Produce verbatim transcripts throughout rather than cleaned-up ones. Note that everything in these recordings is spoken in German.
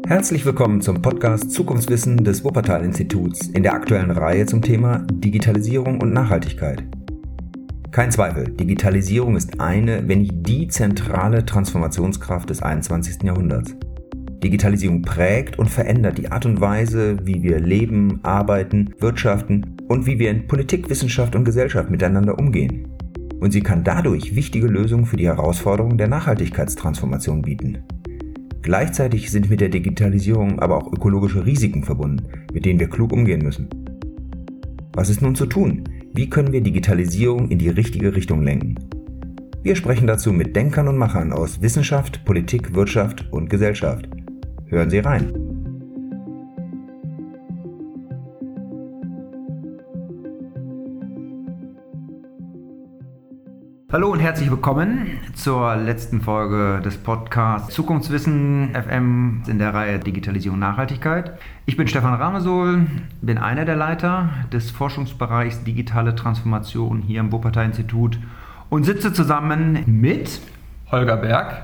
Herzlich willkommen zum Podcast Zukunftswissen des Wuppertal-Instituts in der aktuellen Reihe zum Thema Digitalisierung und Nachhaltigkeit. Kein Zweifel, Digitalisierung ist eine, wenn nicht die zentrale Transformationskraft des einundzwanzigsten Jahrhunderts. Digitalisierung prägt und verändert die Art und Weise, wie wir leben, arbeiten, wirtschaften und wie wir in Politik, Wissenschaft und Gesellschaft miteinander umgehen. Und sie kann dadurch wichtige Lösungen für die Herausforderungen der Nachhaltigkeitstransformation bieten. Gleichzeitig sind mit der Digitalisierung aber auch ökologische Risiken verbunden, mit denen wir klug umgehen müssen. Was ist nun zu tun? Wie können wir Digitalisierung in die richtige Richtung lenken? Wir sprechen dazu mit Denkern und Machern aus Wissenschaft, Politik, Wirtschaft und Gesellschaft. Hören Sie rein. Hallo und herzlich willkommen zur letzten Folge des Podcasts Zukunftswissen F M in der Reihe Digitalisierung und Nachhaltigkeit. Ich bin Stefan Ramesohl, bin einer der Leiter des Forschungsbereichs Digitale Transformation hier am Wuppertal-Institut und sitze zusammen mit Holger Berg,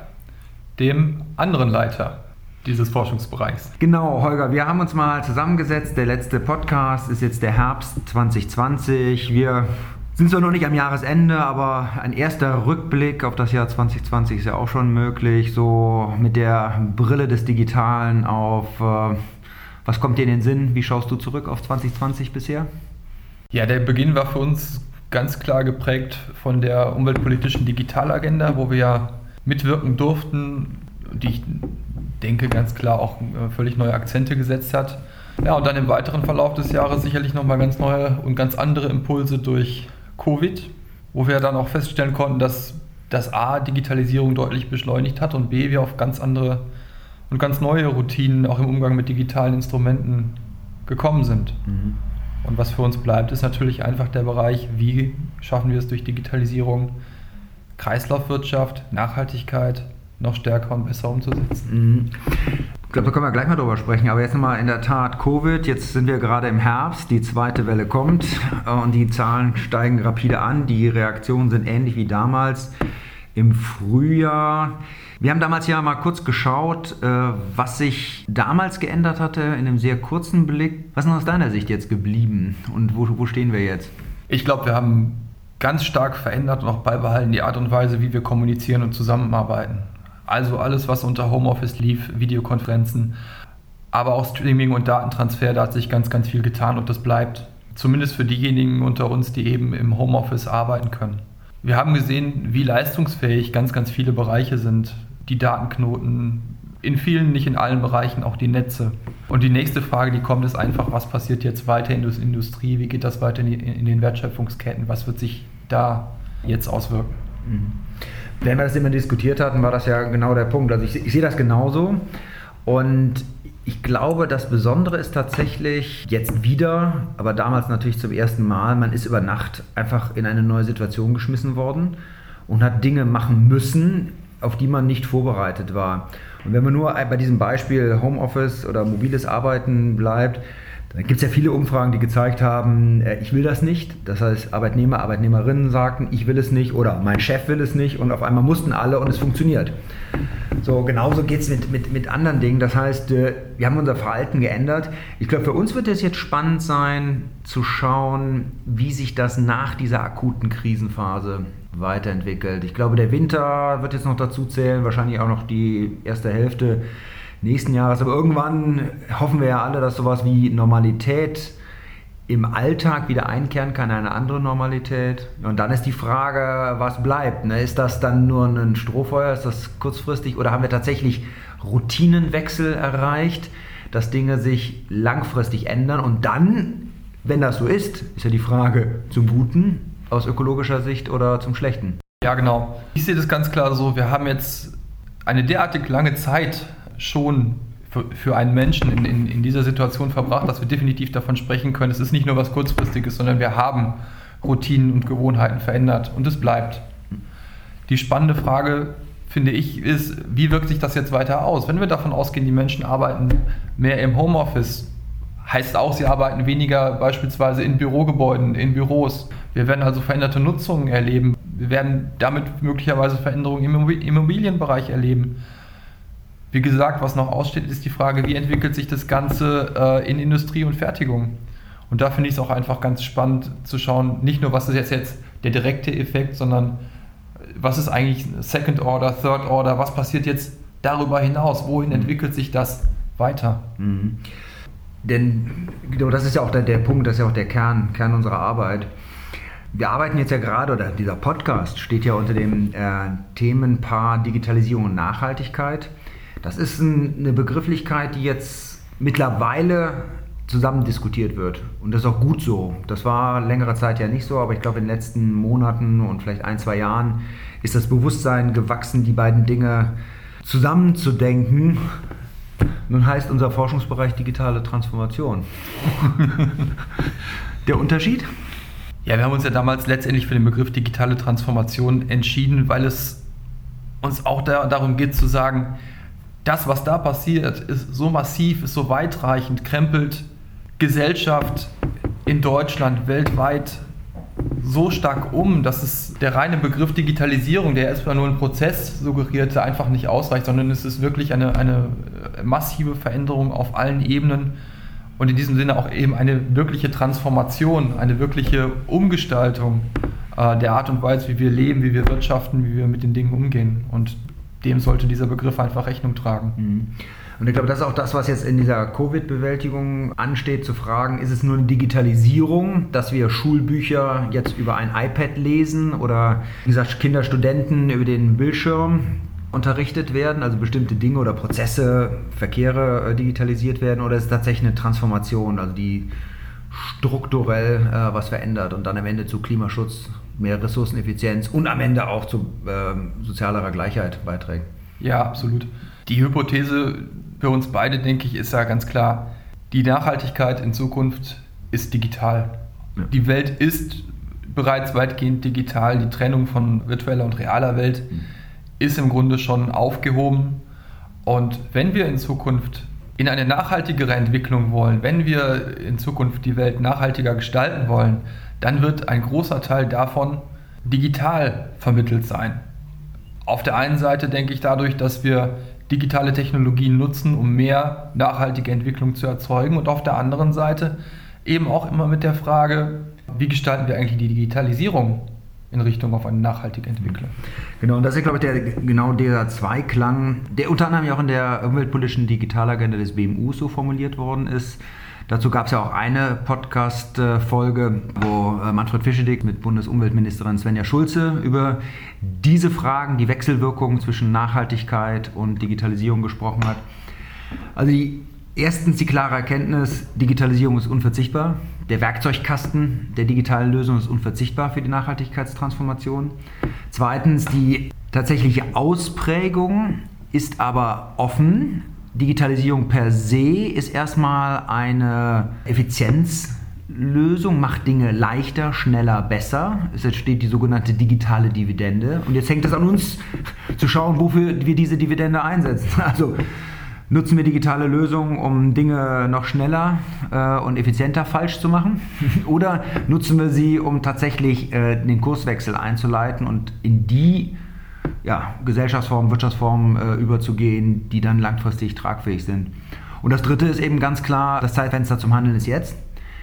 dem anderen Leiter dieses Forschungsbereichs. Genau, Holger, wir haben uns mal zusammengesetzt. Der letzte Podcast ist jetzt der Herbst zwanzig zwanzig. Wir sind zwar noch nicht am Jahresende, aber ein erster Rückblick auf das Jahr zwanzig zwanzig ist ja auch schon möglich, so mit der Brille des Digitalen auf, äh, was kommt dir in den Sinn? Wie schaust du zurück auf zwanzig zwanzig bisher? Ja, der Beginn war für uns ganz klar geprägt von der umweltpolitischen Digitalagenda, wo wir ja mitwirken durften, die ich denke ganz klar auch völlig neue Akzente gesetzt hat. Ja, und dann im weiteren Verlauf des Jahres sicherlich nochmal ganz neue und ganz andere Impulse durch Covid, wo wir dann auch feststellen konnten, dass das A, Digitalisierung deutlich beschleunigt hat und B, wir auf ganz andere und ganz neue Routinen auch im Umgang mit digitalen Instrumenten gekommen sind. Mhm. Und was für uns bleibt, ist natürlich einfach der Bereich, wie schaffen wir es durch Digitalisierung, Kreislaufwirtschaft, Nachhaltigkeit noch stärker und besser umzusetzen. Mhm. Ich glaube, da können wir gleich mal drüber sprechen, aber jetzt nochmal in der Tat Covid, jetzt sind wir gerade im Herbst, die zweite Welle kommt und die Zahlen steigen rapide an, die Reaktionen sind ähnlich wie damals im Frühjahr. Wir haben damals ja mal kurz geschaut, was sich damals geändert hatte in einem sehr kurzen Blick. Was ist aus deiner Sicht jetzt geblieben und wo, wo stehen wir jetzt? Ich glaube, wir haben ganz stark verändert und auch beibehalten die Art und Weise, wie wir kommunizieren und zusammenarbeiten. Also alles, was unter Homeoffice lief, Videokonferenzen, aber auch Streaming und Datentransfer, da hat sich ganz, ganz viel getan und das bleibt. Zumindest für diejenigen unter uns, die eben im Homeoffice arbeiten können. Wir haben gesehen, wie leistungsfähig ganz, ganz viele Bereiche sind. Die Datenknoten, in vielen, nicht in allen Bereichen, auch die Netze. Und die nächste Frage, die kommt, ist einfach, was passiert jetzt weiter in der Industrie? Wie geht das weiter in den Wertschöpfungsketten? Was wird sich da jetzt auswirken? Mhm. Wenn wir das immer diskutiert hatten, war das ja genau der Punkt. Also ich, ich sehe das genauso und ich glaube, das Besondere ist tatsächlich jetzt wieder, aber damals natürlich zum ersten Mal, man ist über Nacht einfach in eine neue Situation geschmissen worden und hat Dinge machen müssen, auf die man nicht vorbereitet war. Und wenn man nur bei diesem Beispiel Homeoffice oder mobiles Arbeiten bleibt, da gibt es ja viele Umfragen, die gezeigt haben, äh, ich will das nicht. Das heißt, Arbeitnehmer, Arbeitnehmerinnen sagten, ich will es nicht oder mein Chef will es nicht und auf einmal mussten alle und es funktioniert. So, genauso geht es mit, mit, mit anderen Dingen. Das heißt, äh, wir haben unser Verhalten geändert. Ich glaube, für uns wird es jetzt spannend sein, zu schauen, wie sich das nach dieser akuten Krisenphase weiterentwickelt. Ich glaube, der Winter wird jetzt noch dazu zählen, wahrscheinlich auch noch die erste Hälfte nächsten Jahres, aber irgendwann hoffen wir ja alle, dass sowas wie Normalität im Alltag wieder einkehren kann, eine andere Normalität. Und dann ist die Frage, was bleibt? Ne? Ist das dann nur ein Strohfeuer, ist das kurzfristig oder haben wir tatsächlich Routinenwechsel erreicht, dass Dinge sich langfristig ändern? Und dann, wenn das so ist, ist ja die Frage zum Guten aus ökologischer Sicht oder zum Schlechten? Ja, genau. Ich sehe das ganz klar so, wir haben jetzt eine derartig lange Zeit schon für, für einen Menschen in, in, in dieser Situation verbracht, dass wir definitiv davon sprechen können, es ist nicht nur was Kurzfristiges, sondern wir haben Routinen und Gewohnheiten verändert und es bleibt. Die spannende Frage, finde ich, ist, wie wirkt sich das jetzt weiter aus? Wenn wir davon ausgehen, die Menschen arbeiten mehr im Homeoffice, heißt auch, sie arbeiten weniger beispielsweise in Bürogebäuden, in Büros. Wir werden also veränderte Nutzungen erleben. Wir werden damit möglicherweise Veränderungen im Immobilienbereich erleben. Wie gesagt, was noch aussteht, ist die Frage, wie entwickelt sich das Ganze äh, in Industrie und Fertigung? Und da finde ich es auch einfach ganz spannend zu schauen, nicht nur, was ist jetzt, jetzt der direkte Effekt, sondern was ist eigentlich Second Order, Third Order, was passiert jetzt darüber hinaus, wohin entwickelt sich das weiter? Mhm. Denn genau, das ist ja auch der, der Punkt, das ist ja auch der Kern, Kern unserer Arbeit. Wir arbeiten jetzt ja gerade, oder dieser Podcast steht ja unter dem äh, Themenpaar Digitalisierung und Nachhaltigkeit. Das ist ein, eine Begrifflichkeit, die jetzt mittlerweile zusammen diskutiert wird. Und das ist auch gut so. Das war längere Zeit ja nicht so, aber ich glaube, in den letzten Monaten und vielleicht ein, zwei Jahren ist das Bewusstsein gewachsen, die beiden Dinge zusammenzudenken. Nun heißt unser Forschungsbereich digitale Transformation. Der Unterschied? Ja, wir haben uns ja damals letztendlich für den Begriff digitale Transformation entschieden, weil es uns auch da, darum geht zu sagen, das, was da passiert, ist so massiv, ist so weitreichend, krempelt Gesellschaft in Deutschland, weltweit so stark um, dass es der reine Begriff Digitalisierung, der erstmal nur einen Prozess suggerierte, einfach nicht ausreicht, sondern es ist wirklich eine, eine massive Veränderung auf allen Ebenen und in diesem Sinne auch eben eine wirkliche Transformation, eine wirkliche Umgestaltung äh, der Art und Weise, wie wir leben, wie wir wirtschaften, wie wir mit den Dingen umgehen, und dem sollte dieser Begriff einfach Rechnung tragen. Und ich glaube, das ist auch das, was jetzt in dieser Covid-Bewältigung ansteht, zu fragen, ist es nur eine Digitalisierung, dass wir Schulbücher jetzt über ein iPad lesen oder, wie gesagt, Kinder, Studenten über den Bildschirm unterrichtet werden, also bestimmte Dinge oder Prozesse, Verkehre äh, digitalisiert werden, oder ist es tatsächlich eine Transformation, also die strukturell äh, was verändert und dann am Ende zu Klimaschutz, mehr Ressourceneffizienz und am Ende auch zu äh, sozialerer Gleichheit beiträgt? Ja, absolut. Die Hypothese für uns beide, denke ich, ist ja ganz klar, die Nachhaltigkeit in Zukunft ist digital. Ja. Die Welt ist bereits weitgehend digital. Die Trennung von virtueller und realer Welt mhm. ist im Grunde schon aufgehoben. Und wenn wir in Zukunft in eine nachhaltigere Entwicklung wollen, wenn wir in Zukunft die Welt nachhaltiger gestalten wollen, dann wird ein großer Teil davon digital vermittelt sein. Auf der einen Seite denke ich dadurch, dass wir digitale Technologien nutzen, um mehr nachhaltige Entwicklung zu erzeugen, und auf der anderen Seite eben auch immer mit der Frage, wie gestalten wir eigentlich die Digitalisierung in Richtung auf eine nachhaltige Entwicklung. Genau, und das ist, glaube ich, der, genau dieser Zweiklang, der unter anderem ja auch in der umweltpolitischen Digitalagenda des B M U so formuliert worden ist. Dazu gab es ja auch eine Podcast-Folge, wo Manfred Fischedick mit Bundesumweltministerin Svenja Schulze über diese Fragen, die Wechselwirkungen zwischen Nachhaltigkeit und Digitalisierung gesprochen hat. Also die, erstens die klare Erkenntnis, Digitalisierung ist unverzichtbar. Der Werkzeugkasten der digitalen Lösung ist unverzichtbar für die Nachhaltigkeitstransformation. Zweitens, die tatsächliche Ausprägung ist aber offen. Digitalisierung per se ist erstmal eine Effizienzlösung, macht Dinge leichter, schneller, besser. Es entsteht die sogenannte digitale Dividende. Und jetzt hängt es an uns zu schauen, wofür wir diese Dividende einsetzen. Also nutzen wir digitale Lösungen, um Dinge noch schneller äh, und effizienter falsch zu machen? Oder nutzen wir sie, um tatsächlich äh, den Kurswechsel einzuleiten und in die ja, Gesellschaftsformen, Wirtschaftsformen äh, überzugehen, die dann langfristig tragfähig sind. Und das Dritte ist eben ganz klar, das Zeitfenster zum Handeln ist jetzt,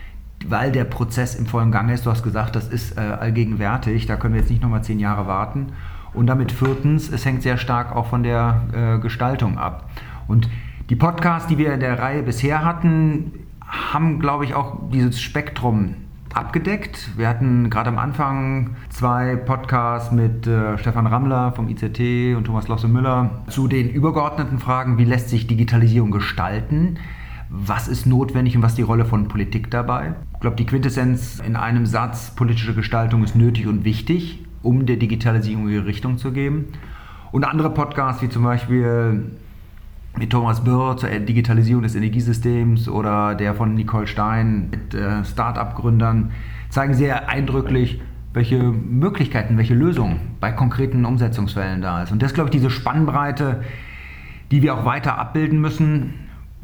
weil der Prozess im vollen Gange ist. Du hast gesagt, das ist äh, allgegenwärtig, da können wir jetzt nicht nochmal zehn Jahre warten. Und damit viertens, es hängt sehr stark auch von der äh, Gestaltung ab. Und die Podcasts, die wir in der Reihe bisher hatten, haben, glaube ich, auch dieses Spektrum abgedeckt. Wir hatten gerade am Anfang zwei Podcasts mit äh, Stefan Rammler vom I Z T und Thomas Losse-Müller zu den übergeordneten Fragen, wie lässt sich Digitalisierung gestalten, was ist notwendig und was ist die Rolle von Politik dabei. Ich glaube, die Quintessenz in einem Satz, politische Gestaltung ist nötig und wichtig, um der Digitalisierung ihre Richtung zu geben. Und andere Podcasts, wie zum Beispiel mit Thomas Birr zur Digitalisierung des Energiesystems oder der von Nicole Stein mit äh, Start-up-Gründern, zeigen sehr eindrücklich, welche Möglichkeiten, welche Lösungen bei konkreten Umsetzungsfällen da ist. Und das ist, glaube ich, diese Spannbreite, die wir auch weiter abbilden müssen,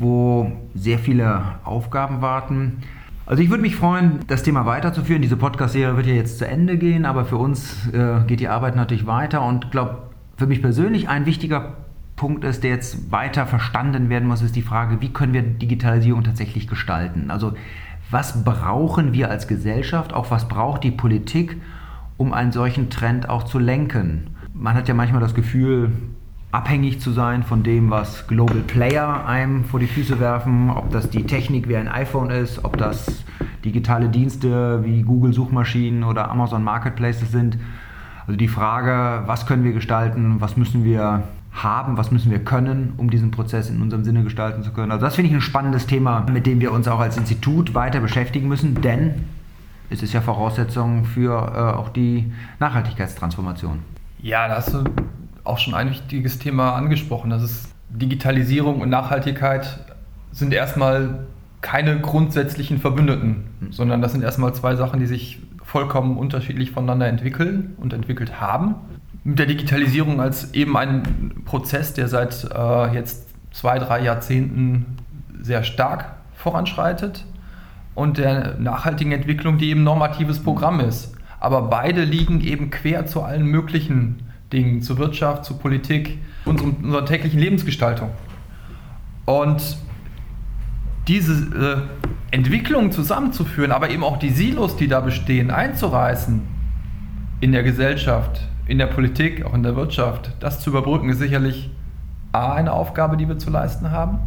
wo sehr viele Aufgaben warten. Also ich würde mich freuen, das Thema weiterzuführen. Diese Podcast-Serie wird ja jetzt zu Ende gehen, aber für uns äh, geht die Arbeit natürlich weiter, und ich glaube, für mich persönlich ein wichtiger Punkt ist, der jetzt weiter verstanden werden muss, ist die Frage, wie können wir Digitalisierung tatsächlich gestalten? Also was brauchen wir als Gesellschaft, auch was braucht die Politik, um einen solchen Trend auch zu lenken? Man hat ja manchmal das Gefühl, abhängig zu sein von dem, was Global Player einem vor die Füße werfen, ob das die Technik wie ein iPhone ist, ob das digitale Dienste wie Google Suchmaschinen oder Amazon Marketplaces sind. Also die Frage, was können wir gestalten, was müssen wir haben, was müssen wir können, um diesen Prozess in unserem Sinne gestalten zu können. Also das finde ich ein spannendes Thema, mit dem wir uns auch als Institut weiter beschäftigen müssen, denn es ist ja Voraussetzung für äh, auch die Nachhaltigkeitstransformation. Ja, da hast du auch schon ein wichtiges Thema angesprochen. Das ist Digitalisierung und Nachhaltigkeit sind erstmal keine grundsätzlichen Verbündeten, mhm. sondern das sind erstmal zwei Sachen, die sich vollkommen unterschiedlich voneinander entwickeln und entwickelt haben. Mit der Digitalisierung als eben ein Prozess, der seit äh, jetzt zwei, drei Jahrzehnten sehr stark voranschreitet und der nachhaltigen Entwicklung, die eben normatives Programm ist. Aber beide liegen eben quer zu allen möglichen Dingen, zur Wirtschaft, zur Politik, unserem, unserer täglichen Lebensgestaltung. Und diese äh, Entwicklungen zusammenzuführen, aber eben auch die Silos, die da bestehen, einzureißen in der Gesellschaft, in der Politik, auch in der Wirtschaft, das zu überbrücken, ist sicherlich A, eine Aufgabe, die wir zu leisten haben,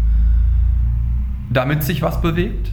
damit sich was bewegt.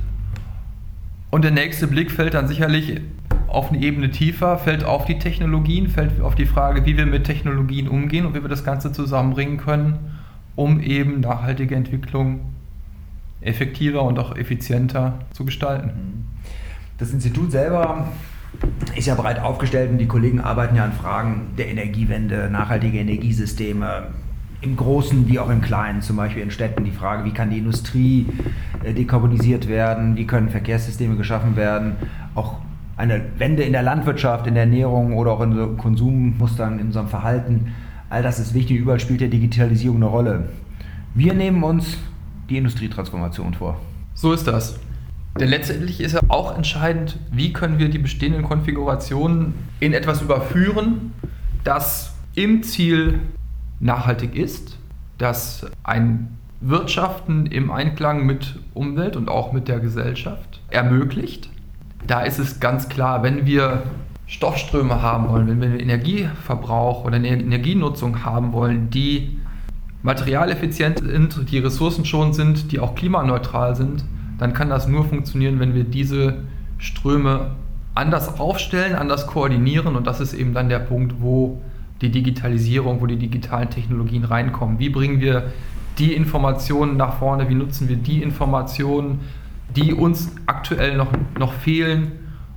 Und der nächste Blick fällt dann sicherlich auf eine Ebene tiefer, fällt auf die Technologien, fällt auf die Frage, wie wir mit Technologien umgehen und wie wir das Ganze zusammenbringen können, um eben nachhaltige Entwicklung effektiver und auch effizienter zu gestalten. Das Institut selber ist ja breit aufgestellt und die Kollegen arbeiten ja an Fragen der Energiewende, nachhaltige Energiesysteme, im Großen wie auch im Kleinen, zum Beispiel in Städten die Frage, wie kann die Industrie dekarbonisiert werden, wie können Verkehrssysteme geschaffen werden, auch eine Wende in der Landwirtschaft, in der Ernährung oder auch in so Konsummustern, in unserem Verhalten. All das ist wichtig, überall spielt der Digitalisierung eine Rolle. Wir nehmen uns die Industrietransformation vor. So ist das. Denn letztendlich ist ja auch entscheidend, wie können wir die bestehenden Konfigurationen in etwas überführen, das im Ziel nachhaltig ist, das ein Wirtschaften im Einklang mit Umwelt und auch mit der Gesellschaft ermöglicht. Da ist es ganz klar, wenn wir Stoffströme haben wollen, wenn wir Energieverbrauch oder eine Energienutzung haben wollen, die materialeffizient sind, die ressourcenschonend sind, die auch klimaneutral sind, dann kann das nur funktionieren, wenn wir diese Ströme anders aufstellen, anders koordinieren, und das ist eben dann der Punkt, wo die Digitalisierung, wo die digitalen Technologien reinkommen. Wie bringen wir die Informationen nach vorne, wie nutzen wir die Informationen, die uns aktuell noch, noch fehlen,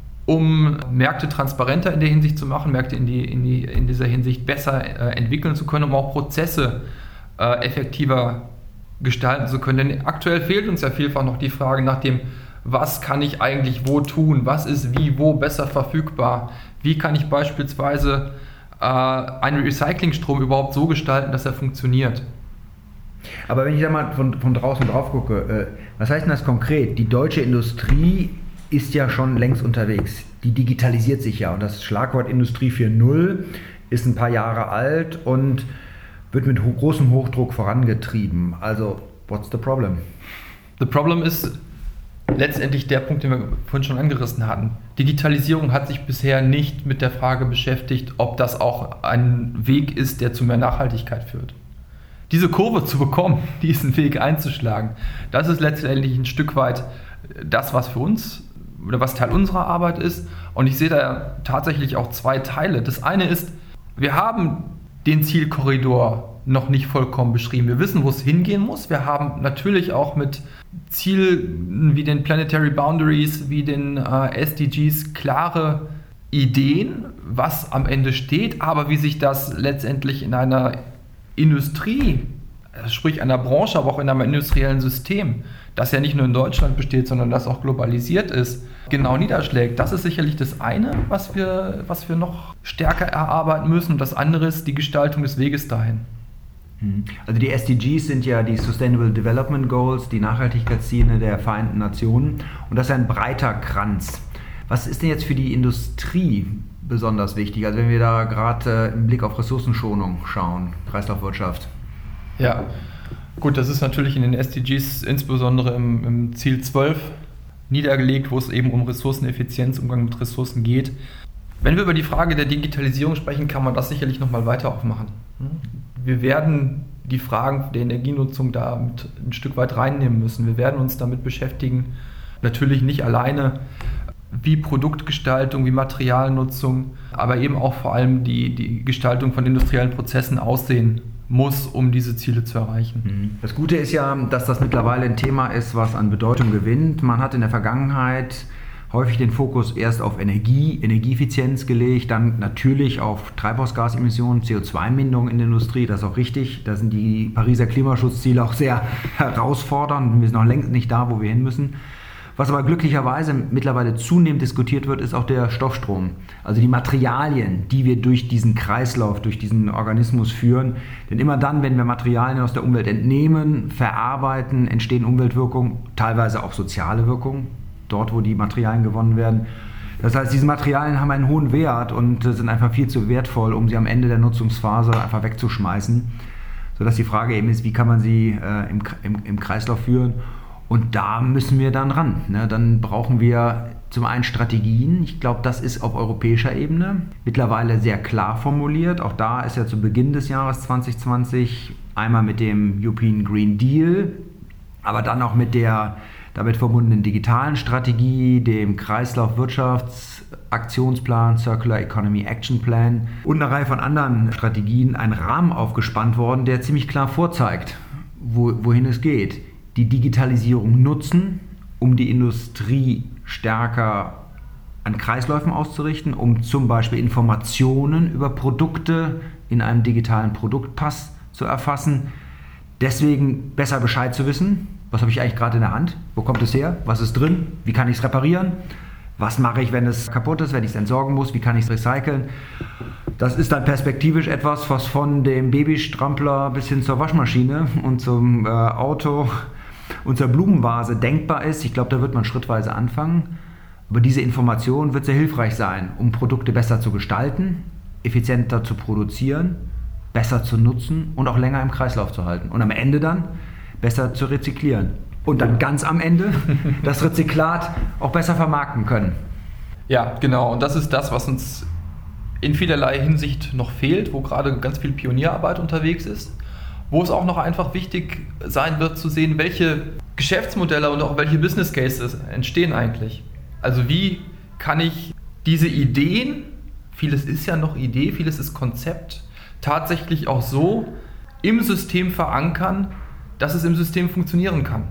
um Märkte transparenter in der Hinsicht zu machen, Märkte in, die, in, die, in dieser Hinsicht besser äh, entwickeln zu können, um auch Prozesse äh, effektiver gestalten zu können. Denn aktuell fehlt uns ja vielfach noch die Frage nach dem, was kann ich eigentlich wo tun, was ist wie wo besser verfügbar, wie kann ich beispielsweise äh, einen Recyclingstrom überhaupt so gestalten, dass er funktioniert. Aber wenn ich da mal von, von draußen drauf gucke, äh, was heißt denn das konkret? Die deutsche Industrie ist ja schon längst unterwegs. Die digitalisiert sich ja, und das Schlagwort Industrie vier Punkt null ist ein paar Jahre alt und wird mit ho- großem Hochdruck vorangetrieben. Also, what's the problem? The problem ist letztendlich der Punkt, den wir vorhin schon angerissen hatten. Digitalisierung hat sich bisher nicht mit der Frage beschäftigt, ob das auch ein Weg ist, der zu mehr Nachhaltigkeit führt. Diese Kurve zu bekommen, diesen Weg einzuschlagen, das ist letztendlich ein Stück weit das, was für uns oder was Teil unserer Arbeit ist. Und ich sehe da tatsächlich auch zwei Teile. Das eine ist, wir haben den Zielkorridor noch nicht vollkommen beschrieben. Wir wissen, wo es hingehen muss. Wir haben natürlich auch mit Zielen wie den Planetary Boundaries, wie den äh, S D Gs klare Ideen, was am Ende steht, aber wie sich das letztendlich in einer Industrie, sprich einer Branche, aber auch in einem industriellen System, das ja nicht nur in Deutschland besteht, sondern das auch globalisiert ist, genau niederschlägt. Das ist sicherlich das eine, was wir, was wir noch stärker erarbeiten müssen. Und das andere ist die Gestaltung des Weges dahin. Also die S D Gs sind ja die Sustainable Development Goals, die Nachhaltigkeitsziele der Vereinten Nationen. Und das ist ein breiter Kranz. Was ist denn jetzt für die Industrie besonders wichtig? Also wenn wir da gerade äh, im Blick auf Ressourcenschonung schauen, Kreislaufwirtschaft. Ja, gut, das ist natürlich in den S D Gs, insbesondere im, im Ziel zwölf, niedergelegt, wo es eben um Ressourceneffizienz, Umgang mit Ressourcen geht. Wenn wir über die Frage der Digitalisierung sprechen, kann man das sicherlich nochmal weiter aufmachen. Wir werden die Fragen der Energienutzung da mit ein Stück weit reinnehmen müssen. Wir werden uns damit beschäftigen, natürlich nicht alleine, wie Produktgestaltung, wie Materialnutzung, aber eben auch vor allem die, die Gestaltung von industriellen Prozessen aussehen muss, um diese Ziele zu erreichen. Das Gute ist ja, dass das mittlerweile ein Thema ist, was an Bedeutung gewinnt. Man hat in der Vergangenheit häufig den Fokus erst auf Energie, Energieeffizienz gelegt, dann natürlich auf Treibhausgasemissionen, C O zwei Minderung in der Industrie, das ist auch richtig. Da sind die Pariser Klimaschutzziele auch sehr herausfordernd. Wir sind noch längst nicht da, wo wir hin müssen. Was aber glücklicherweise mittlerweile zunehmend diskutiert wird, ist auch der Stoffstrom. Also die Materialien, die wir durch diesen Kreislauf, durch diesen Organismus führen. Denn immer dann, wenn wir Materialien aus der Umwelt entnehmen, verarbeiten, entstehen Umweltwirkungen, teilweise auch soziale Wirkungen, dort wo die Materialien gewonnen werden. Das heißt, diese Materialien haben einen hohen Wert und sind einfach viel zu wertvoll, um sie am Ende der Nutzungsphase einfach wegzuschmeißen. Sodass die Frage eben ist, wie kann man sie äh, im, im, im Kreislauf führen? Und da müssen wir dann ran. Ne? Dann brauchen wir zum einen Strategien. Ich glaube, das ist auf europäischer Ebene mittlerweile sehr klar formuliert. Auch da ist ja zu Beginn des Jahres zwanzig zwanzig einmal mit dem European Green Deal, aber dann auch mit der damit verbundenen digitalen Strategie, dem Kreislaufwirtschaftsaktionsplan, Circular Economy Action Plan und einer Reihe von anderen Strategien ein Rahmen aufgespannt worden, der ziemlich klar vorzeigt, wo, wohin es geht. Die Digitalisierung nutzen, um die Industrie stärker an Kreisläufen auszurichten, um zum Beispiel Informationen über Produkte in einem digitalen Produktpass zu erfassen. Deswegen besser Bescheid zu wissen, was habe ich eigentlich gerade in der Hand, wo kommt es her, was ist drin, wie kann ich es reparieren, was mache ich, wenn es kaputt ist, wenn ich es entsorgen muss, wie kann ich es recyceln. Das ist dann perspektivisch etwas, was von dem Babystrampler bis hin zur Waschmaschine und zum äh, Auto und zur Blumenvase denkbar ist. Ich glaube, da wird man schrittweise anfangen. Aber diese Information wird sehr hilfreich sein, um Produkte besser zu gestalten, effizienter zu produzieren, besser zu nutzen und auch länger im Kreislauf zu halten. Und am Ende dann besser zu rezyklieren. Und dann ganz am Ende das Rezyklat auch besser vermarkten können. Ja, genau. Und das ist das, was uns in vielerlei Hinsicht noch fehlt, wo gerade ganz viel Pionierarbeit unterwegs ist. Wo es auch noch einfach wichtig sein wird zu sehen, welche Geschäftsmodelle und auch welche Business Cases entstehen eigentlich. Also wie kann ich diese Ideen, vieles ist ja noch Idee, vieles ist Konzept, tatsächlich auch so im System verankern, dass es im System funktionieren kann.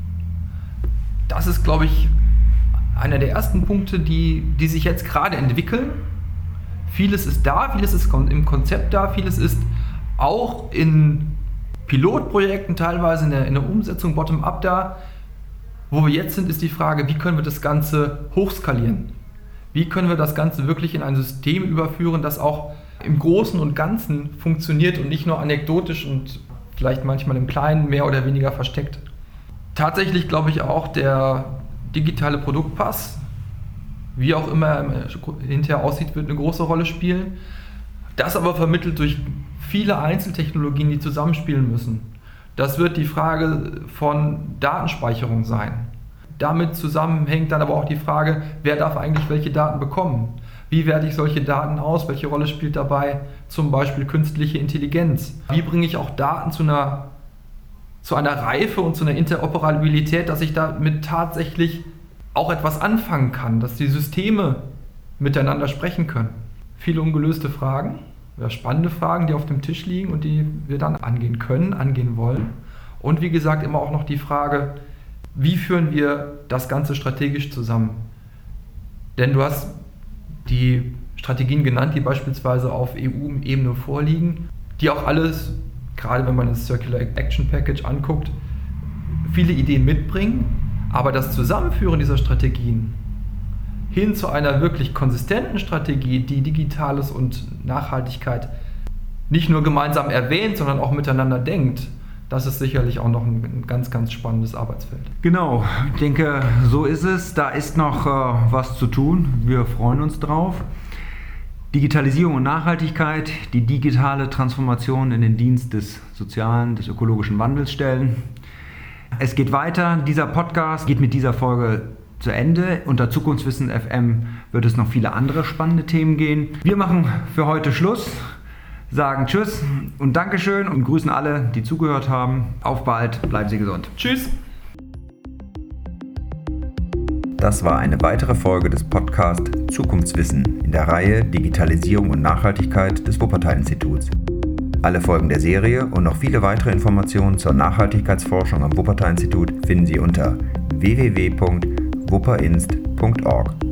Das ist, glaube ich, einer der ersten Punkte, die, die sich jetzt gerade entwickeln. Vieles ist da, vieles ist im Konzept da, vieles ist auch in Pilotprojekten, teilweise in der, in der Umsetzung bottom-up da. Wo wir jetzt sind, ist die Frage, wie können wir das Ganze hochskalieren? Wie können wir das Ganze wirklich in ein System überführen, das auch im Großen und Ganzen funktioniert und nicht nur anekdotisch und vielleicht manchmal im Kleinen mehr oder weniger versteckt. Tatsächlich glaube ich auch, der digitale Produktpass, wie auch immer er hinterher aussieht, wird eine große Rolle spielen. Das aber vermittelt durch viele Einzeltechnologien, die zusammenspielen müssen. Das wird die Frage von Datenspeicherung sein. Damit zusammenhängt dann aber auch die Frage, wer darf eigentlich welche Daten bekommen? Wie werte ich solche Daten aus? Welche Rolle spielt dabei zum Beispiel künstliche Intelligenz? Wie bringe ich auch Daten zu einer, zu einer Reife und zu einer Interoperabilität, dass ich damit tatsächlich auch etwas anfangen kann, dass die Systeme miteinander sprechen können? Viele ungelöste Fragen, ja, spannende Fragen, die auf dem Tisch liegen und die wir dann angehen können, angehen wollen. Und wie gesagt, immer auch noch die Frage, wie führen wir das Ganze strategisch zusammen? Denn du hast die Strategien genannt, die beispielsweise auf E U-Ebene vorliegen, die auch alles, gerade wenn man das Circular Action Package anguckt, viele Ideen mitbringen, aber das Zusammenführen dieser Strategien hin zu einer wirklich konsistenten Strategie, die Digitales und Nachhaltigkeit nicht nur gemeinsam erwähnt, sondern auch miteinander denkt, das ist sicherlich auch noch ein ganz, ganz spannendes Arbeitsfeld. Genau, ich denke, so ist es. Da ist noch äh, was zu tun. Wir freuen uns drauf. Digitalisierung und Nachhaltigkeit, die digitale Transformation in den Dienst des sozialen, des ökologischen Wandels stellen. Es geht weiter. Dieser Podcast geht mit dieser Folge zu Ende. Unter Zukunftswissen F M wird es noch viele andere spannende Themen gehen. Wir machen für heute Schluss, sagen Tschüss und Dankeschön und grüßen alle, die zugehört haben. Auf bald, bleiben Sie gesund. Tschüss. Das war eine weitere Folge des Podcasts Zukunftswissen in der Reihe Digitalisierung und Nachhaltigkeit des Wuppertal-Instituts. Alle Folgen der Serie und noch viele weitere Informationen zur Nachhaltigkeitsforschung am Wuppertal-Institut finden Sie unter w w w punkt wupperinst punkt org.